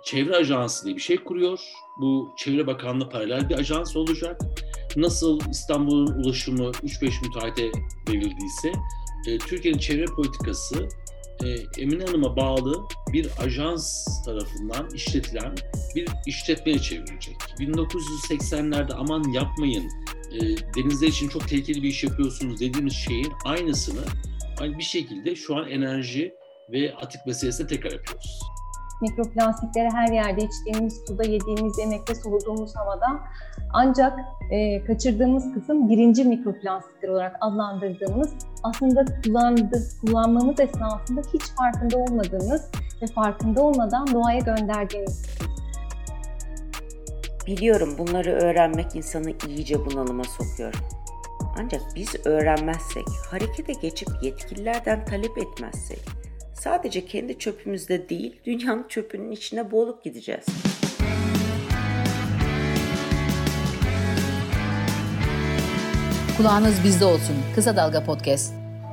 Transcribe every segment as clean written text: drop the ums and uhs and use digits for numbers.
Çevre Ajansı diye bir şey kuruyor. Bu Çevre Bakanlığı paralel bir ajans olacak. Nasıl İstanbul'un ulaşımı 3-5 müteahhite verildiyse Türkiye'nin çevre politikası Emine Hanım'a bağlı bir ajans tarafından işletilen bir işletmeye çevrilecek. 1980'lerde aman yapmayın, denizler için çok tehlikeli bir iş yapıyorsunuz dediğimiz şeyin aynısını bir şekilde şu an enerji ve atık meselesine tekrar yapıyoruz. Mikroplastikleri her yerde, içtiğimiz suda, yediğimiz yemekte, soluduğumuz havada. Ancak kaçırdığımız kısım birinci mikroplastikler olarak adlandırdığımız, aslında kullanmamız esnasında hiç farkında olmadığımız ve farkında olmadan doğaya gönderdiğimiz kısım. Biliyorum bunları öğrenmek insanı iyice bunalıma sokuyor. Ancak biz öğrenmezsek, harekete geçip yetkililerden talep etmezsek, sadece kendi çöpümüzde değil, dünyanın çöpünün içine boğulup gideceğiz. Kulağınız bizde olsun. Kısa Dalga Podcast.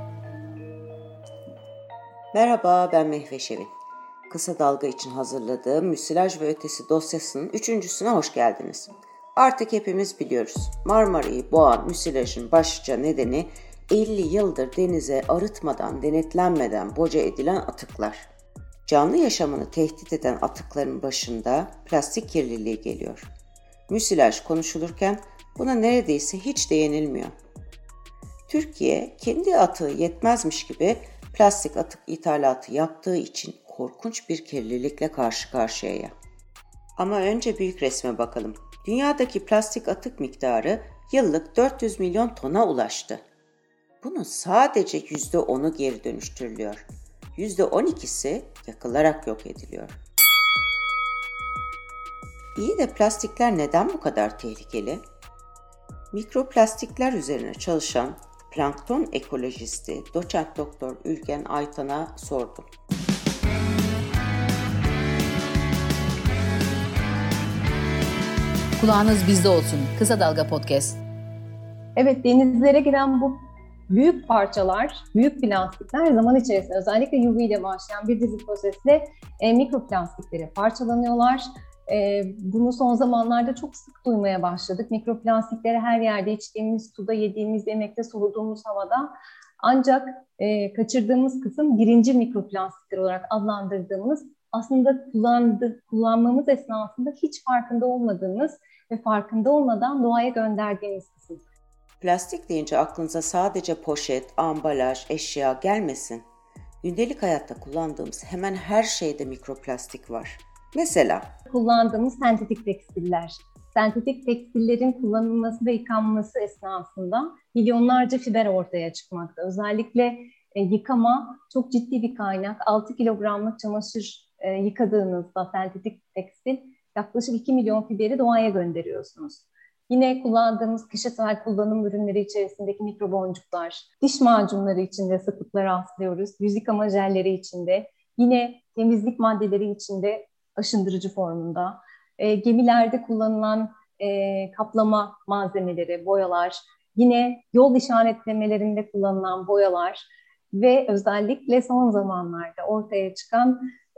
Merhaba, ben Mehve Şevin. Kısa Dalga için hazırladığım Müsilaj ve Ötesi dosyasının 3.'süne hoş geldiniz. Artık hepimiz biliyoruz. Marmara'yı boğan müsilajın başlıca nedeni 50 yıldır denize arıtmadan, denetlenmeden boca edilen atıklar. Canlı yaşamını tehdit eden atıkların başında plastik kirliliği geliyor. Müsilaj konuşulurken buna neredeyse hiç değinilmiyor. Türkiye kendi atığı yetmezmiş gibi plastik atık ithalatı yaptığı için korkunç bir kirlilikle karşı karşıya. Ama önce büyük resme bakalım. Dünyadaki plastik atık miktarı yıllık 400 milyon tona ulaştı. Bunun sadece %10'u geri dönüştürülüyor. %12'si yakılarak yok ediliyor. İyi de plastikler neden bu kadar tehlikeli? Mikroplastikler üzerine çalışan plankton ekolojisti doçent doktor Ülgen Aytan'a sordum. Kulağınız bizde olsun. Kısa Dalga Podcast. Evet, denizlere giren bu büyük parçalar, büyük plastikler zaman içerisinde özellikle UV ile başlayan bir dizi prosesle mikroplastikleri parçalanıyorlar. Bunu son zamanlarda çok sık duymaya başladık. Mikroplastikleri her yerde, içtiğimiz suda, yediğimiz yemekte, soluduğumuz havada. Ancak kaçırdığımız kısım birinci mikroplastikler olarak adlandırdığımız, aslında kullanmamız esnasında hiç farkında olmadığımız ve farkında olmadan doğaya gönderdiğimiz kısım. Plastik deyince aklınıza sadece poşet, ambalaj, eşya gelmesin. Gündelik hayatta kullandığımız hemen her şeyde mikroplastik var. Mesela kullandığımız sentetik tekstiller. Sentetik tekstillerin kullanılması ve yıkanması esnasında milyonlarca fiber ortaya çıkmakta. Özellikle yıkama çok ciddi bir kaynak. 6 kilogramlık çamaşır yıkadığınızda sentetik tekstil yaklaşık 2 milyon fiberi doğaya gönderiyorsunuz. Yine kullandığımız kişisel kullanım ürünleri içerisindeki mikroboncuklar, diş macunları içinde sıklıkla rastlıyoruz, yüz yıkama jelleri içinde, yine temizlik maddeleri içinde aşındırıcı formunda, gemilerde kullanılan kaplama malzemeleri, boyalar, yine yol işaretlemelerinde kullanılan boyalar ve özellikle son zamanlarda ortaya çıkan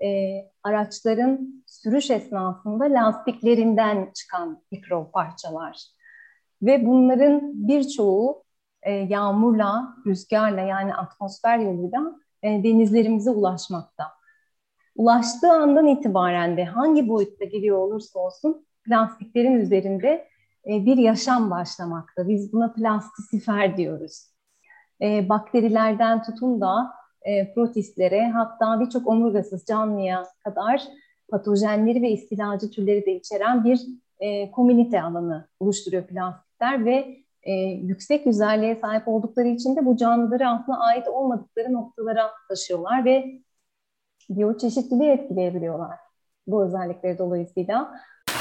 araçların sürüş esnasında lastiklerinden çıkan mikro parçalar. Ve bunların birçoğu yağmurla, rüzgarla yani atmosfer yoluyla denizlerimize ulaşmakta. Ulaştığı andan itibaren de hangi boyutta geliyor olursa olsun plastiklerin üzerinde bir yaşam başlamakta. Biz buna plastisfer diyoruz. Bakterilerden tutun da protistlere, hatta birçok omurgasız canlıya kadar patojenleri ve istilacı türleri de içeren bir komünite alanı oluşturuyor plastikler ve yüksek yüzeyliğe sahip oldukları için de bu canlıları aslında ait olmadıkları noktalara taşıyorlar ve biyoçeşitliliği etkileyebiliyorlar bu özellikleri dolayısıyla.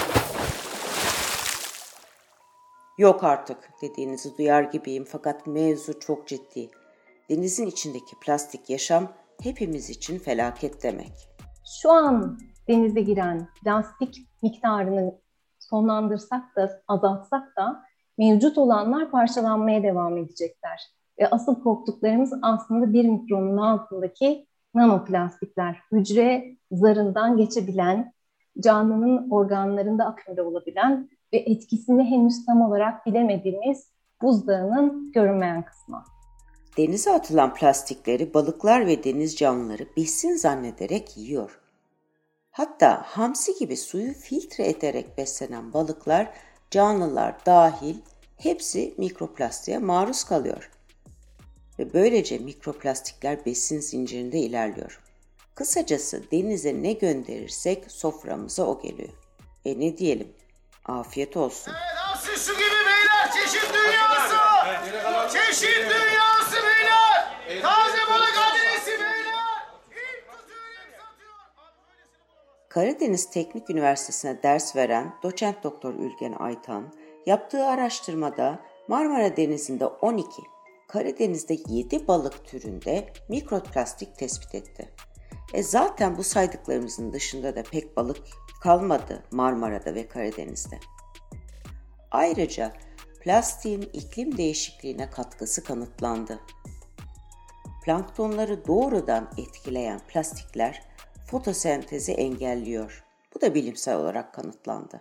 Yok artık dediğinizi duyar gibiyim fakat mevzu çok ciddi. Denizin içindeki plastik yaşam hepimiz için felaket demek. Şu an denize giren plastik miktarını sonlandırsak da, azaltsak da mevcut olanlar parçalanmaya devam edecekler. Asıl korktuklarımız aslında 1 mikronun altındaki nanoplastikler. Hücre zarından geçebilen, canlının organlarında akümüle olabilen ve etkisini henüz tam olarak bilemediğimiz buzdağının görünmeyen kısmı. Denize atılan plastikleri balıklar ve deniz canlıları besin zannederek yiyor. Hatta hamsi gibi suyu filtre ederek beslenen balıklar, canlılar dahil hepsi mikroplastiğe maruz kalıyor. Ve böylece mikroplastikler besin zincirinde ilerliyor. Kısacası denize ne gönderirsek soframıza o geliyor. Ne diyelim? Afiyet olsun. Evet, hamsi su gibi beyler, çeşit dünyası! Çeşit dünyası beyler! Taze balık adresi beyler! İlk tutuyor, ilk satıyor! Karadeniz Teknik Üniversitesi'ne ders veren doçent doktor Ülgen Aytan, yaptığı araştırmada Marmara Denizi'nde 12, Karadeniz'de 7 balık türünde mikroplastik tespit etti. Zaten bu saydıklarımızın dışında da pek balık kalmadı Marmara'da ve Karadeniz'de. Ayrıca plastiğin iklim değişikliğine katkısı kanıtlandı. Planktonları doğrudan etkileyen plastikler fotosentezi engelliyor. Bu da bilimsel olarak kanıtlandı.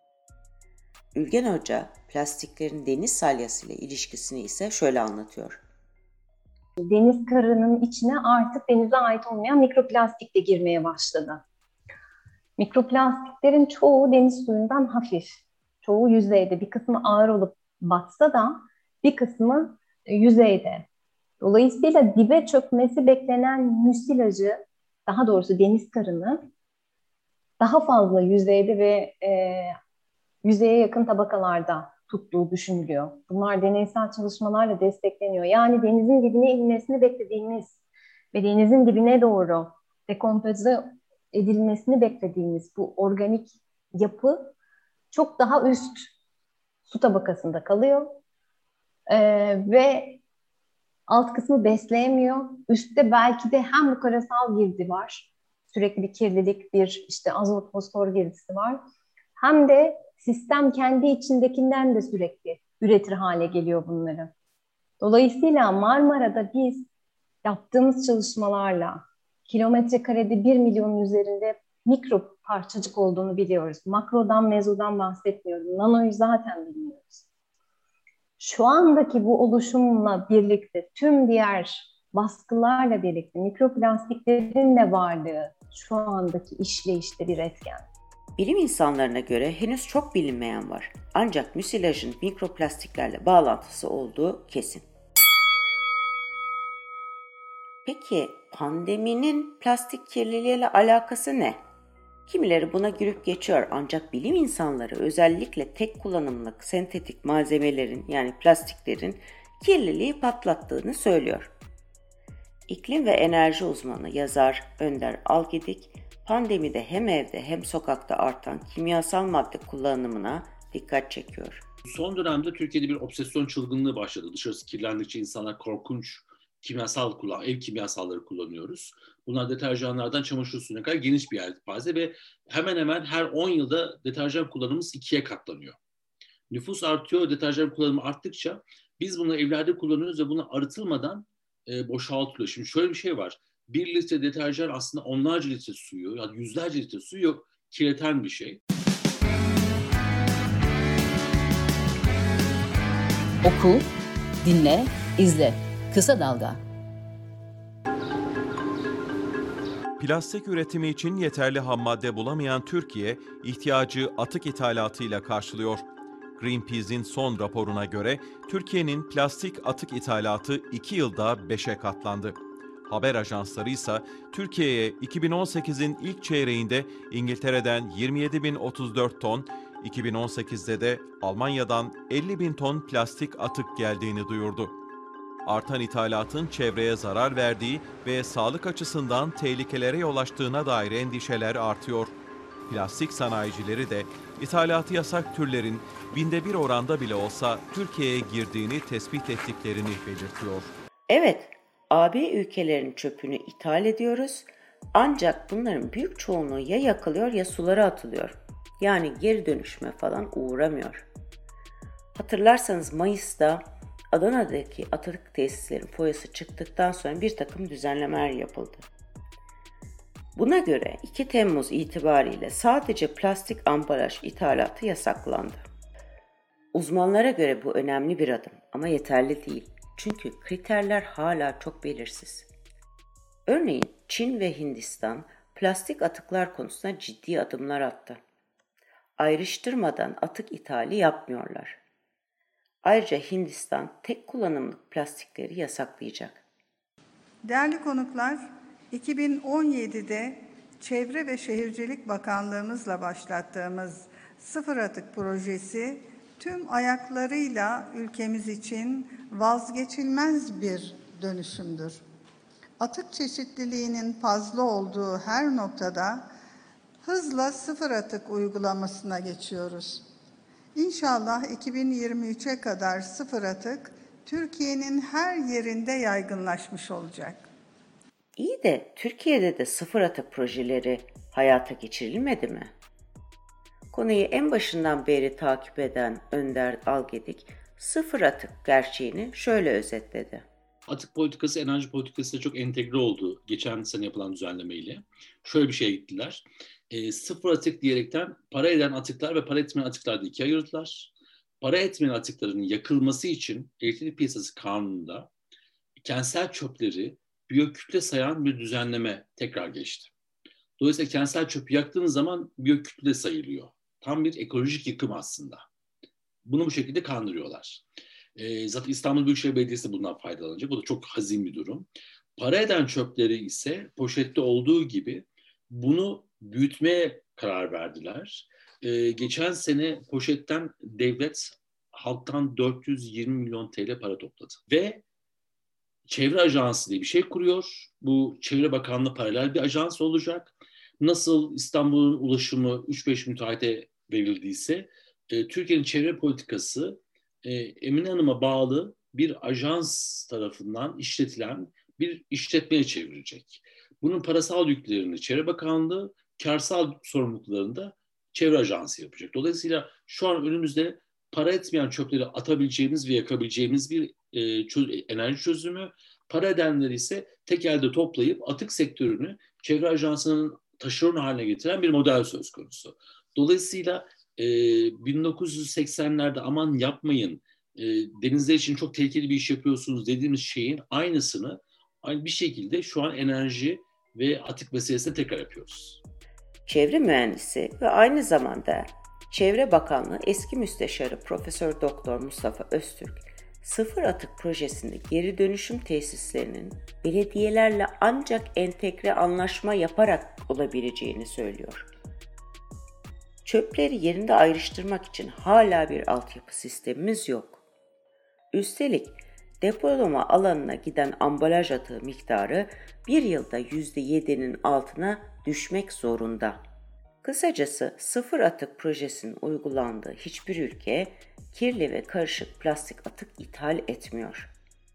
Ülgen Hoca plastiklerin deniz salyası ile ilişkisini ise şöyle anlatıyor. Deniz karının içine artık denize ait olmayan mikroplastik de girmeye başladı. Mikroplastiklerin çoğu deniz suyundan hafif. Çoğu yüzeyde, bir kısmı ağır olup batsa da bir kısmı yüzeyde. Dolayısıyla dibe çökmesi beklenen müsilajı, daha doğrusu deniz karını daha fazla yüzeyde ve yüzeye yakın tabakalarda tuttuğu düşünülüyor. Bunlar deneysel çalışmalarla destekleniyor. Yani denizin dibine inmesini beklediğimiz ve denizin dibine doğru dekompoze edilmesini beklediğimiz bu organik yapı çok daha üst su tabakasında kalıyor ve alt kısmı besleyemiyor. Üstte belki de hem bu karasal girdi var, sürekli bir kirlilik, bir işte azot, fosfor girdisi var, hem de sistem kendi içindekinden de sürekli üretir hale geliyor bunları. Dolayısıyla Marmara'da biz yaptığımız çalışmalarla kilometre karede 1 milyonun üzerinde mikro parçacık olduğunu biliyoruz. Makrodan, mezodan bahsetmiyorum. Nanoyu zaten bilmiyoruz. Şu andaki bu oluşumla birlikte tüm diğer baskılarla birlikte mikroplastiklerin de varlığı şu andaki işleyişte bir etken. Bilim insanlarına göre henüz çok bilinmeyen var. Ancak müsilajın mikroplastiklerle bağlantısı olduğu kesin. Peki pandeminin plastik kirliliğiyle alakası ne? Kimileri buna gülüp geçiyor ancak bilim insanları özellikle tek kullanımlık sentetik malzemelerin yani plastiklerin kirliliği patlattığını söylüyor. İklim ve enerji uzmanı yazar Önder Algedik, pandemide hem evde hem sokakta artan kimyasal madde kullanımına dikkat çekiyor. Son dönemde Türkiye'de bir obsesyon çılgınlığı başladı. Dışarısı kirlendikçe insanlar korkunç ev kimyasalları kullanıyoruz. Bunlar deterjanlardan çamaşır suyuna kadar geniş bir yelpaze ve hemen hemen her 10 yılda deterjan kullanımımız 2'ye katlanıyor. Nüfus artıyor, deterjan kullanımı arttıkça biz bunu evlerde kullanıyoruz ve bunu arıtılmadan boşaltılıyor. Şimdi şöyle bir şey var. 1 litre deterjan aslında onlarca litre suyu, yani yüzlerce litre suyu kirleten bir şey. Oku, dinle, izle. Kısa Dalga. Plastik üretimi için yeterli hammadde bulamayan Türkiye, ihtiyacı atık ithalatıyla karşılıyor. Greenpeace'in son raporuna göre Türkiye'nin plastik atık ithalatı 2 yılda 5'e katlandı. Haber ajansları ise Türkiye'ye 2018'in ilk çeyreğinde İngiltere'den 27.034 ton, 2018'de de Almanya'dan 50.000 ton plastik atık geldiğini duyurdu. Artan ithalatın çevreye zarar verdiği ve sağlık açısından tehlikelere yol açtığına dair endişeler artıyor. Plastik sanayicileri de ithalatı yasak türlerin 1/1000 oranda bile olsa Türkiye'ye girdiğini tespit ettiklerini belirtiyor. Evet, AB ülkelerinin çöpünü ithal ediyoruz ancak bunların büyük çoğunluğu ya yakılıyor ya sulara atılıyor. Yani geri dönüşüme falan uğramıyor. Hatırlarsanız Mayıs'ta Adana'daki atık tesislerin foyası çıktıktan sonra bir takım düzenlemeler yapıldı. Buna göre 2 Temmuz itibariyle sadece plastik ambalaj ithalatı yasaklandı. Uzmanlara göre bu önemli bir adım ama yeterli değil. Çünkü kriterler hala çok belirsiz. Örneğin Çin ve Hindistan plastik atıklar konusunda ciddi adımlar attı. Ayrıştırmadan atık ithali yapmıyorlar. Ayrıca Hindistan tek kullanımlık plastikleri yasaklayacak. Değerli konuklar, 2017'de Çevre ve Şehircilik Bakanlığımızla başlattığımız Sıfır Atık projesi tüm ayaklarıyla ülkemiz için vazgeçilmez bir dönüşümdür. Atık çeşitliliğinin fazla olduğu her noktada hızla sıfır atık uygulamasına geçiyoruz. İnşallah 2023'e kadar sıfır atık Türkiye'nin her yerinde yaygınlaşmış olacak. İyi de Türkiye'de de sıfır atık projeleri hayata geçirilmedi mi? Konuyu en başından beri takip eden Önder Algedik, sıfır atık gerçeğini şöyle özetledi. Atık politikası enerji politikasıyla çok entegre oldu geçen sene yapılan düzenlemeyle. Şöyle bir şeye gittiler. Sıfır atık diyerekten para eden atıklar ve para etmeyen atıklar da ikiye ayırdılar. Para etmeyen atıkların yakılması için elektrik piyasası kanununda kentsel çöpleri biyokütle sayan bir düzenleme tekrar geçti. Dolayısıyla kentsel çöpü yaktığınız zaman biyokütle sayılıyor. Tam bir ekolojik yıkım aslında. Bunu bu şekilde kandırıyorlar. Zaten İstanbul Büyükşehir Belediyesi bundan faydalanacak. Bu da çok hazin bir durum. Para eden çöpleri ise poşette olduğu gibi bunu büyütmeye karar verdiler. Geçen sene poşetten devlet halktan 420 milyon TL para topladı. Ve Çevre Ajansı diye bir şey kuruyor. Bu Çevre Bakanlığı paralel bir ajans olacak. Nasıl İstanbul'un ulaşımı 3-5 müteahhite verildiyse Türkiye'nin çevre politikası Emine Hanım'a bağlı bir ajans tarafından işletilen bir işletmeye çevrilecek. Bunun parasal yüklerini Çevre Bakanlığı, karsal sorumluluklarını da Çevre Ajansı yapacak. Dolayısıyla şu an önümüzde para etmeyen çöpleri atabileceğimiz ve yakabileceğimiz bir enerji çözümü, para edenleri ise tek elde toplayıp atık sektörünü Çevre Ajansı'nın taşeron haline getiren bir model söz konusu. Dolayısıyla 1980'lerde aman yapmayın, denizler için çok tehlikeli bir iş yapıyorsunuz dediğimiz şeyin aynısını bir şekilde şu an enerji ve atık meselesine tekrar yapıyoruz. Çevre mühendisi ve aynı zamanda Çevre Bakanlığı eski müsteşarı Profesör Doktor Mustafa Öztürk, sıfır atık projesinde geri dönüşüm tesislerinin belediyelerle ancak entegre anlaşma yaparak olabileceğini söylüyor. Çöpleri yerinde ayrıştırmak için hala bir altyapı sistemimiz yok. Üstelik depolama alanına giden ambalaj atığı miktarı bir yılda %7'nin altına düşmek zorunda. Kısacası sıfır atık projesinin uygulandığı hiçbir ülke kirli ve karışık plastik atık ithal etmiyor.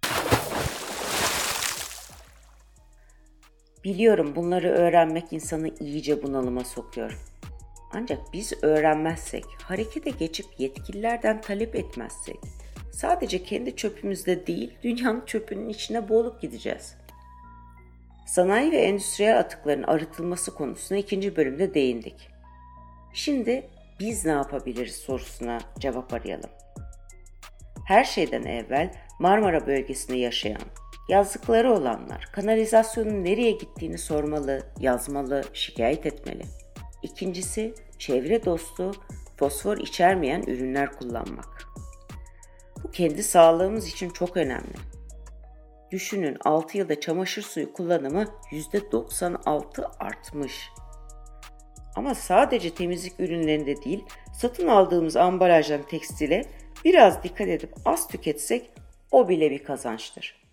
Biliyorum bunları öğrenmek insanı iyice bunalıma sokuyor. Ancak biz öğrenmezsek, harekete geçip yetkililerden talep etmezsek, sadece kendi çöpümüzde değil, dünyanın çöpünün içine boğulup gideceğiz. Sanayi ve endüstriyel atıkların arıtılması konusuna 2. bölümde değindik. Şimdi biz ne yapabiliriz sorusuna cevap arayalım. Her şeyden evvel Marmara bölgesinde yaşayan, yazlıkları olanlar kanalizasyonun nereye gittiğini sormalı, yazmalı, şikayet etmeli. İkincisi, çevre dostu, fosfor içermeyen ürünler kullanmak. Bu kendi sağlığımız için çok önemli. Düşünün 6 yılda çamaşır suyu kullanımı %96 artmış. Ama sadece temizlik ürünlerinde değil, satın aldığımız ambalajdan tekstile biraz dikkat edip az tüketsek o bile bir kazançtır.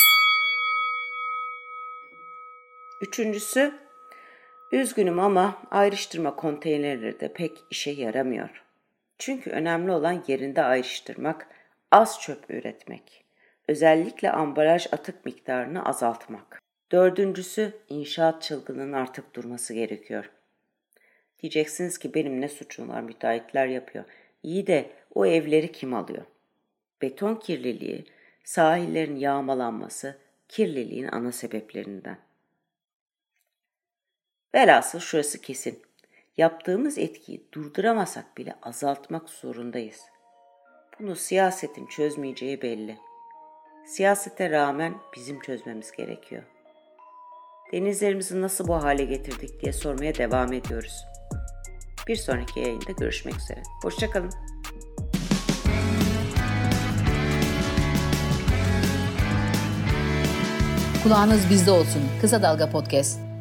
Üçüncüsü, üzgünüm ama ayrıştırma konteynerleri de pek işe yaramıyor. Çünkü önemli olan yerinde ayrıştırmak, az çöp üretmek. Özellikle ambalaj atık miktarını azaltmak. Dördüncüsü, inşaat çılgınının artık durması gerekiyor. Diyeceksiniz ki benim ne suçum var, müteahhitler yapıyor. İyi de o evleri kim alıyor? Beton kirliliği, sahillerin yağmalanması kirliliğin ana sebeplerinden. Velhasıl şurası kesin. Yaptığımız etkiyi durduramasak bile azaltmak zorundayız. Bunu siyasetin çözmeyeceği belli. Siyasete rağmen bizim çözmemiz gerekiyor. Denizlerimizi nasıl bu hale getirdik diye sormaya devam ediyoruz. Bir sonraki yayında görüşmek üzere. Hoşça kalın. Kulağınız bizde olsun. Kısa Dalga Podcast.